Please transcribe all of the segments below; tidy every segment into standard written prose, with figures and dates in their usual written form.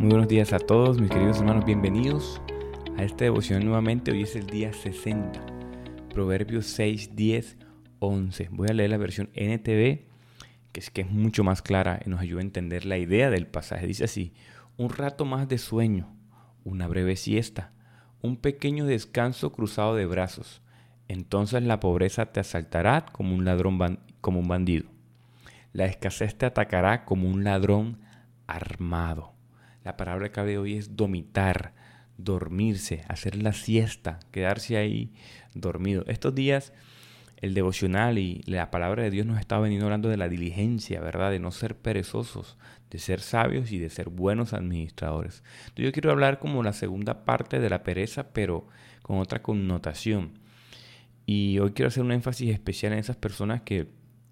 Muy buenos días a todos mis queridos hermanos, bienvenidos a esta devoción nuevamente. Hoy es el día 60, Proverbios 6, 10, 11. Voy a leer la versión NTV, que es mucho más clara y nos ayuda a entender la idea del pasaje. Dice así: un rato más de sueño, una breve siesta, un pequeño descanso cruzado de brazos. Entonces la pobreza te asaltará como un ladrón, como un bandido. La escasez te atacará como un ladrón armado. La palabra clave de hoy es domitar, dormirse, hacer la siesta, quedarse ahí dormido. Estos días el devocional y la palabra de Dios nos está veniendo hablando de la diligencia, ¿verdad? De no ser perezosos, de ser sabios y de ser buenos administradores. Entonces yo quiero hablar como la segunda parte de la pereza, pero con otra connotación. Y hoy quiero hacer un énfasis especial en esas personas que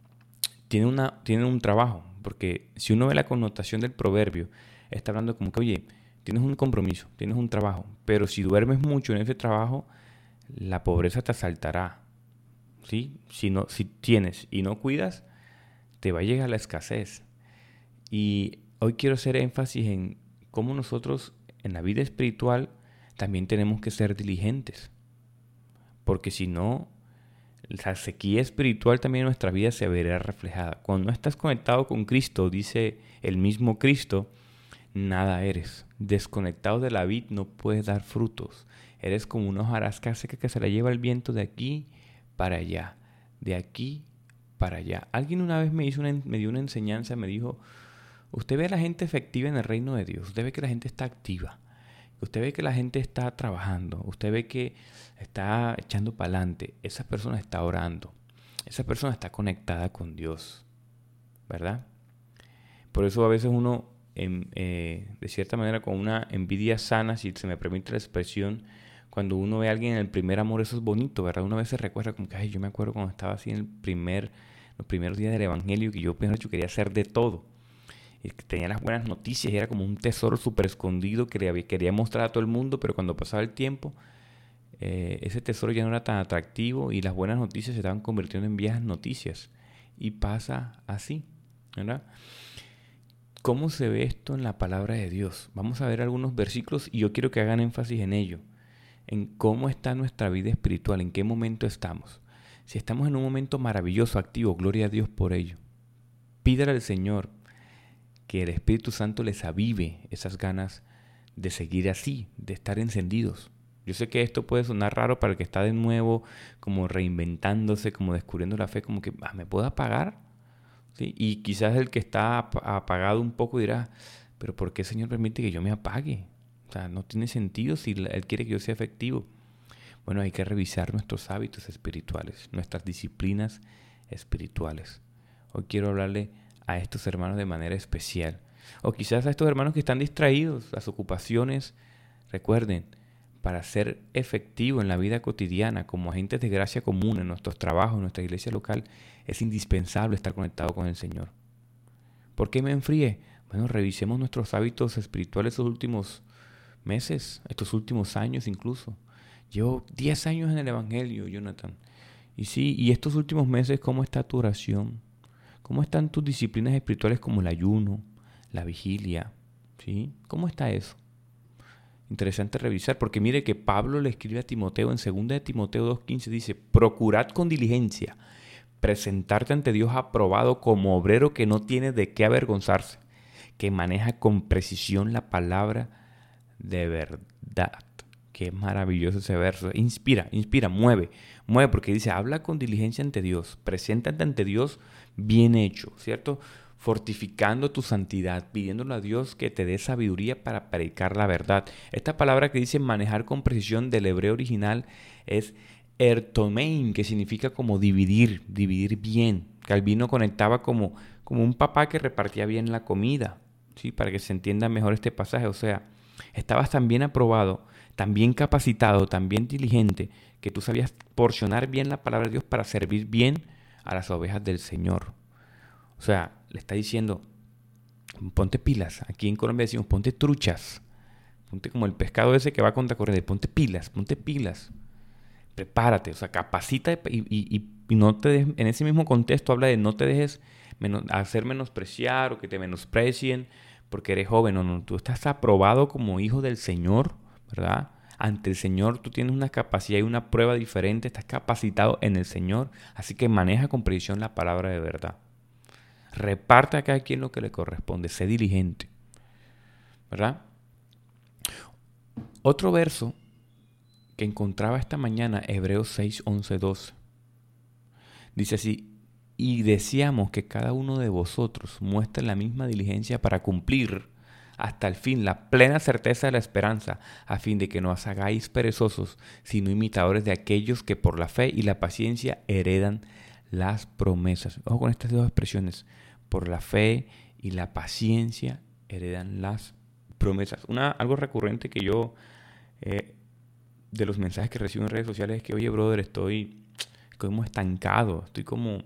tienen un trabajo, porque si uno ve la connotación del proverbio, está hablando como que, oye, tienes un compromiso, tienes un trabajo, pero si duermes mucho en ese trabajo, la pobreza te asaltará, ¿sí? Si tienes y no cuidas, te va a llegar la escasez. Y hoy quiero hacer énfasis en cómo nosotros en la vida espiritual también tenemos que ser diligentes, porque si no, la sequía espiritual también en nuestra vida se verá reflejada. Cuando no estás conectado con Cristo, dice el mismo Cristo, nada eres. Desconectado de la vid no puedes dar frutos. Eres como una hojarasca seca que se la lleva el viento de aquí para allá, de aquí para allá. Alguien una vez me dio una enseñanza, me dijo: usted ve a la gente efectiva en el reino de Dios, usted ve que la gente está activa, usted ve que la gente está trabajando, usted ve que está echando para adelante, esa persona está orando, esa persona está conectada con Dios, ¿verdad? Por eso a veces uno, de cierta manera, con una envidia sana, si se me permite la expresión, cuando uno ve a alguien en el primer amor, eso es bonito, ¿verdad? Una vez se recuerda como que, ay, yo me acuerdo cuando estaba así en los primeros días del evangelio, que yo primero quería hacer de todo. Y tenía las buenas noticias y era como un tesoro súper escondido que quería mostrar a todo el mundo, pero cuando pasaba el tiempo, ese tesoro ya no era tan atractivo y las buenas noticias se estaban convirtiendo en viejas noticias. Y pasa así, ¿verdad? ¿Cómo se ve esto en la palabra de Dios? Vamos a ver algunos versículos y yo quiero que hagan énfasis en ello, en cómo está nuestra vida espiritual, en qué momento estamos. Si estamos en un momento maravilloso, activo, gloria a Dios por ello. Pídale al Señor que el Espíritu Santo les avive esas ganas de seguir así, de estar encendidos. Yo sé que esto puede sonar raro para el que está de nuevo, como reinventándose, como descubriendo la fe, como que ¿me puedo apagar? ¿Sí? Y quizás el que está apagado un poco dirá: pero ¿por qué el Señor permite que yo me apague? O sea, no tiene sentido si Él quiere que yo sea efectivo. Bueno, hay que revisar nuestros hábitos espirituales, nuestras disciplinas espirituales. Hoy quiero hablarle a estos hermanos de manera especial. O quizás a estos hermanos que están distraídos, las ocupaciones. Recuerden, para ser efectivo en la vida cotidiana, como agentes de gracia común en nuestros trabajos, en nuestra iglesia local, es indispensable estar conectado con el Señor. ¿Por qué me enfríe? Bueno, revisemos nuestros hábitos espirituales estos últimos meses, estos últimos años incluso. Llevo 10 años en el Evangelio, Jonathan. Y sí, y estos últimos meses, ¿cómo está tu oración? ¿Cómo están tus disciplinas espirituales como el ayuno, la vigilia? ¿Sí? ¿Cómo está eso? Interesante revisar, porque mire que Pablo le escribe a Timoteo en 2 de Timoteo 2:15, dice: procurad con diligencia presentarte ante Dios aprobado como obrero que no tiene de qué avergonzarse, que maneja con precisión la palabra de verdad. Qué maravilloso ese verso. Inspira, mueve, porque dice: habla con diligencia ante Dios, preséntate ante Dios bien hecho, ¿cierto? Fortificando tu santidad, pidiéndole a Dios que te dé sabiduría para predicar la verdad. Esta palabra que dice manejar con precisión del hebreo original es ertomein, que significa como dividir bien. Calvino conectaba como un papá que repartía bien la comida, ¿sí? Para que se entienda mejor este pasaje. O sea, estabas tan bien aprobado, tan bien capacitado, tan bien diligente, que tú sabías porcionar bien la palabra de Dios para servir bien a las ovejas del Señor. O sea, le está diciendo: ponte pilas. Aquí en Colombia decimos: ponte truchas. Ponte como el pescado ese que va contra corriente. Ponte pilas. Prepárate, o sea, capacita y no te dejes, en ese mismo contexto habla de no te dejes hacer menospreciar o que te menosprecien porque eres joven. No, tú estás aprobado como hijo del Señor, ¿verdad? Ante el Señor tú tienes una capacidad y una prueba diferente, estás capacitado en el Señor, así que maneja con precisión la palabra de verdad. Reparte a cada quien lo que le corresponde, sé diligente, ¿verdad? Otro verso que encontraba esta mañana, Hebreos 6, 11, 12. Dice así: y deseamos que cada uno de vosotros muestre la misma diligencia para cumplir hasta el fin la plena certeza de la esperanza, a fin de que no os hagáis perezosos, sino imitadores de aquellos que por la fe y la paciencia heredan las promesas. Ojo con estas dos expresiones: por la fe y la paciencia heredan las promesas. Algo recurrente que yo, de los mensajes que recibo en redes sociales, es que, oye, brother, estoy como estancado, estoy como...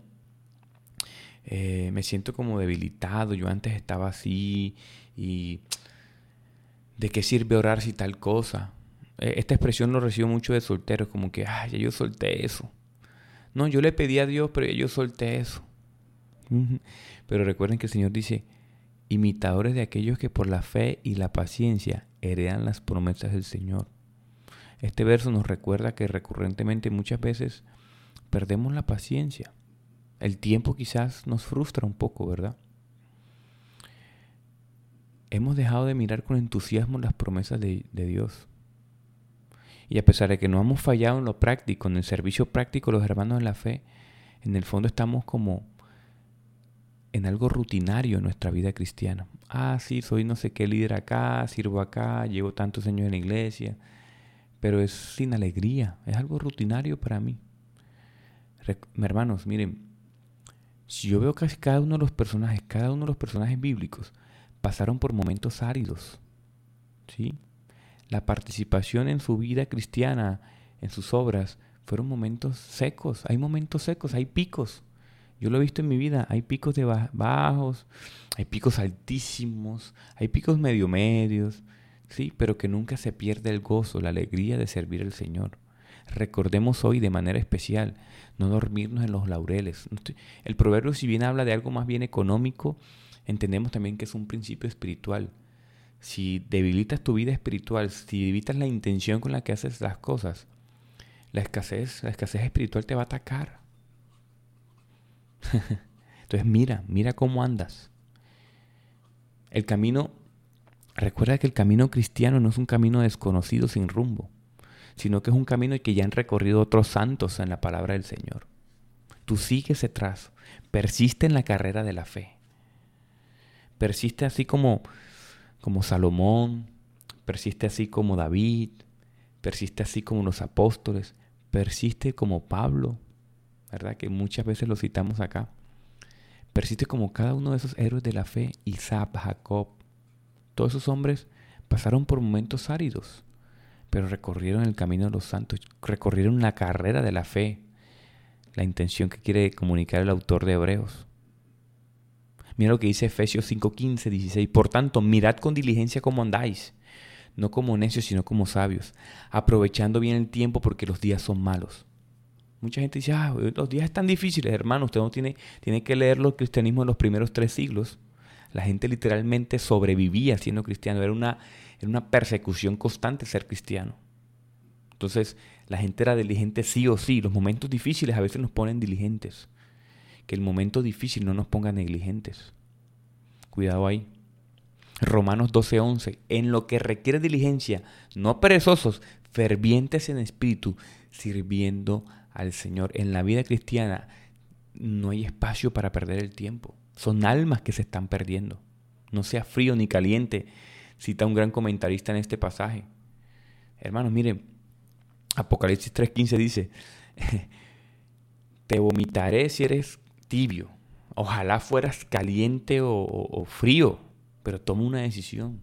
me siento como debilitado, yo antes estaba así, y ¿de qué sirve orar si tal cosa? Esta expresión lo recibo mucho de solteros, como que, ay, ya yo solté eso. No, yo le pedí a Dios, pero ya yo solté eso. Pero recuerden que el Señor dice: imitadores de aquellos que por la fe y la paciencia heredan las promesas del Señor. Este verso nos recuerda que recurrentemente muchas veces perdemos la paciencia. El tiempo quizás nos frustra un poco, ¿verdad? Hemos dejado de mirar con entusiasmo las promesas de Dios. Y a pesar de que no hemos fallado en lo práctico, en el servicio práctico, los hermanos en la fe, en el fondo estamos como en algo rutinario en nuestra vida cristiana. Ah, sí, soy no sé qué líder acá, sirvo acá, llevo tantos años en la iglesia, pero es sin alegría, es algo rutinario para mí. Hermanos, miren, si yo veo que cada uno de los personajes bíblicos pasaron por momentos áridos, ¿sí? La participación en su vida cristiana, en sus obras, fueron momentos secos. Hay momentos secos, hay picos. Yo lo he visto en mi vida, hay picos de bajos, hay picos altísimos, hay picos medios, ¿sí? Pero que nunca se pierde el gozo, la alegría de servir al Señor. Recordemos hoy de manera especial no dormirnos en los laureles. El proverbio, si bien habla de algo más bien económico, entendemos también que es un principio espiritual. Si debilitas tu vida espiritual, si debilitas la intención con la que haces las cosas, la escasez espiritual te va a atacar. Entonces mira cómo andas. Recuerda que el camino cristiano no es un camino desconocido sin rumbo, sino que es un camino que ya han recorrido otros santos en la palabra del Señor. Tú sigue ese trazo, persiste en la carrera de la fe. Persiste así como Salomón, persiste así como David, persiste así como los apóstoles, persiste como Pablo, ¿verdad? Que muchas veces lo citamos acá. Persiste como cada uno de esos héroes de la fe, Isaac, Jacob. Todos esos hombres pasaron por momentos áridos, pero recorrieron el camino de los santos, recorrieron la carrera de la fe, la intención que quiere comunicar el autor de Hebreos. Mira lo que dice Efesios 5, 15, 16. Por tanto, mirad con diligencia cómo andáis, no como necios, sino como sabios, aprovechando bien el tiempo porque los días son malos. Mucha gente dice, los días están difíciles, hermano. Usted no tiene que leer el cristianismo en los primeros 3 siglos. La gente literalmente sobrevivía siendo cristiano. Era una persecución constante ser cristiano. Entonces, la gente era diligente sí o sí. Los momentos difíciles a veces nos ponen diligentes. Que el momento difícil no nos ponga negligentes. Cuidado ahí. Romanos 12:11. En lo que requiere diligencia, no perezosos, fervientes en espíritu, sirviendo al Señor. En la vida cristiana no hay espacio para perder el tiempo. Son almas que se están perdiendo. No sea frío ni caliente, cita un gran comentarista en este pasaje. Hermanos, miren, Apocalipsis 3:15 dice, te vomitaré si eres tibio. Ojalá fueras caliente o frío, pero toma una decisión.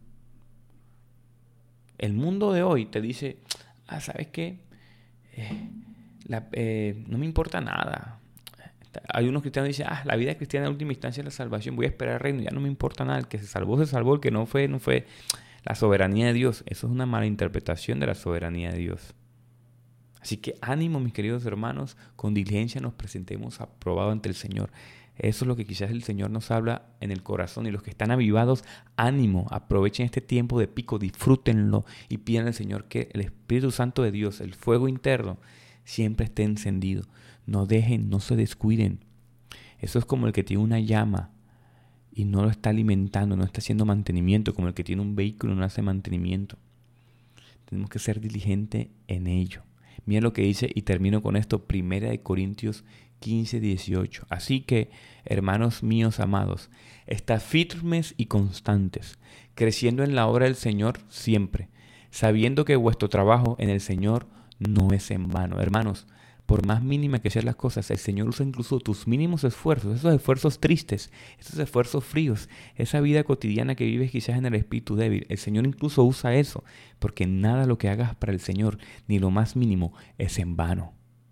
El mundo de hoy te dice, ¿sabes qué? No me importa nada. Hay unos cristianos que dicen, la vida cristiana en última instancia es la salvación, voy a esperar el reino, ya no me importa nada, el que se salvó, el que no fue la soberanía de Dios. Eso es una mala interpretación de la soberanía de Dios. Así que ánimo, mis queridos hermanos, con diligencia nos presentemos aprobados ante el Señor. Eso es lo que quizás el Señor nos habla en el corazón. Y los que están avivados, ánimo, aprovechen este tiempo de pico, disfrútenlo y pidan al Señor que el Espíritu Santo de Dios, el fuego interno, siempre esté encendido. No dejen, no se descuiden. Eso es como el que tiene una llama y no lo está alimentando, no está haciendo mantenimiento, como el que tiene un vehículo no hace mantenimiento. Tenemos que ser diligentes en ello. Mira lo que dice, y termino con esto, 1 Corintios 15:18. Así que, hermanos míos amados, estad firmes y constantes, creciendo en la obra del Señor siempre, sabiendo que vuestro trabajo en el Señor no es en vano. Hermanos, por más mínima que sean las cosas, el Señor usa incluso tus mínimos esfuerzos, esos esfuerzos tristes, esos esfuerzos fríos, esa vida cotidiana que vives quizás en el espíritu débil. El Señor incluso usa eso, porque nada lo que hagas para el Señor, ni lo más mínimo, es en vano.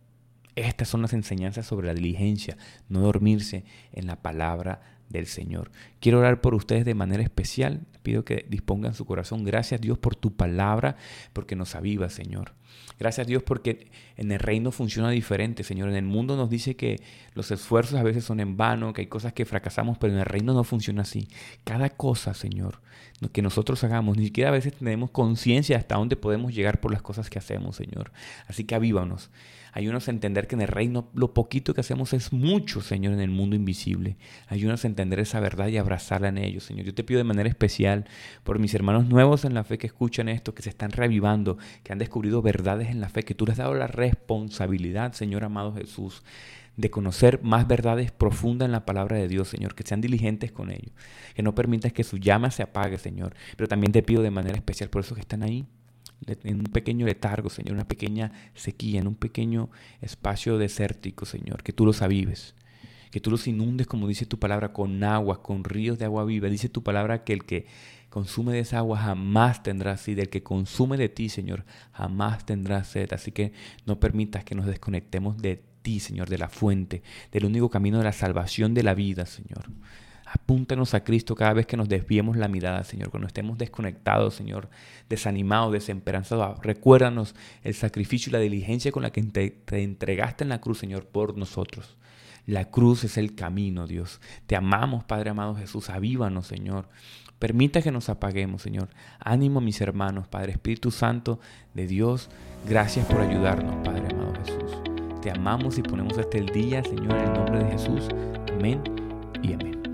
Estas son las enseñanzas sobre la diligencia, no dormirse en la palabra del Señor. Quiero orar por ustedes de manera especial. Pido que dispongan su corazón. Gracias, Dios, por tu palabra, porque nos aviva, Señor. Gracias, Dios, porque en el reino funciona diferente, Señor. En el mundo nos dice que los esfuerzos a veces son en vano, que hay cosas que fracasamos, pero en el reino no funciona así. Cada cosa, Señor, que nosotros hagamos, ni siquiera a veces tenemos conciencia hasta dónde podemos llegar por las cosas que hacemos, Señor. Así que avívanos. Ayúdanos a entender que en el reino lo poquito que hacemos es mucho, Señor, en el mundo invisible. Ayúdanos a entender esa verdad y abrazarla en ellos, Señor. Yo te pido de manera especial por mis hermanos nuevos en la fe que escuchan esto, que se están reavivando, que han descubrido verdades en la fe, que tú les has dado la responsabilidad, Señor amado Jesús, de conocer más verdades profundas en la palabra de Dios, Señor, que sean diligentes con ello, que no permitas que su llama se apague, Señor. Pero también te pido de manera especial por esos que están ahí, en un pequeño letargo, Señor, una pequeña sequía, en un pequeño espacio desértico, Señor, que tú los avives, que tú los inundes, como dice tu palabra, con agua, con ríos de agua viva. Dice tu palabra que el que consume de esa agua jamás tendrá sed, el que consume de ti, Señor, jamás tendrá sed. Así que no permitas que nos desconectemos de ti, Señor, de la fuente, del único camino de la salvación de la vida, Señor. Apúntanos a Cristo cada vez que nos desviemos la mirada, Señor, cuando estemos desconectados, Señor, desanimados, desesperanzados. Recuérdanos el sacrificio y la diligencia con la que te entregaste en la cruz, Señor, por nosotros. La cruz es el camino, Dios. Te amamos, Padre amado Jesús. Avívanos, Señor. Permita que nos apaguemos, Señor. Ánimo, mis hermanos, Padre Espíritu Santo de Dios. Gracias por ayudarnos, Padre amado Jesús. Te amamos y ponemos hasta el día, Señor, en el nombre de Jesús. Amén y amén.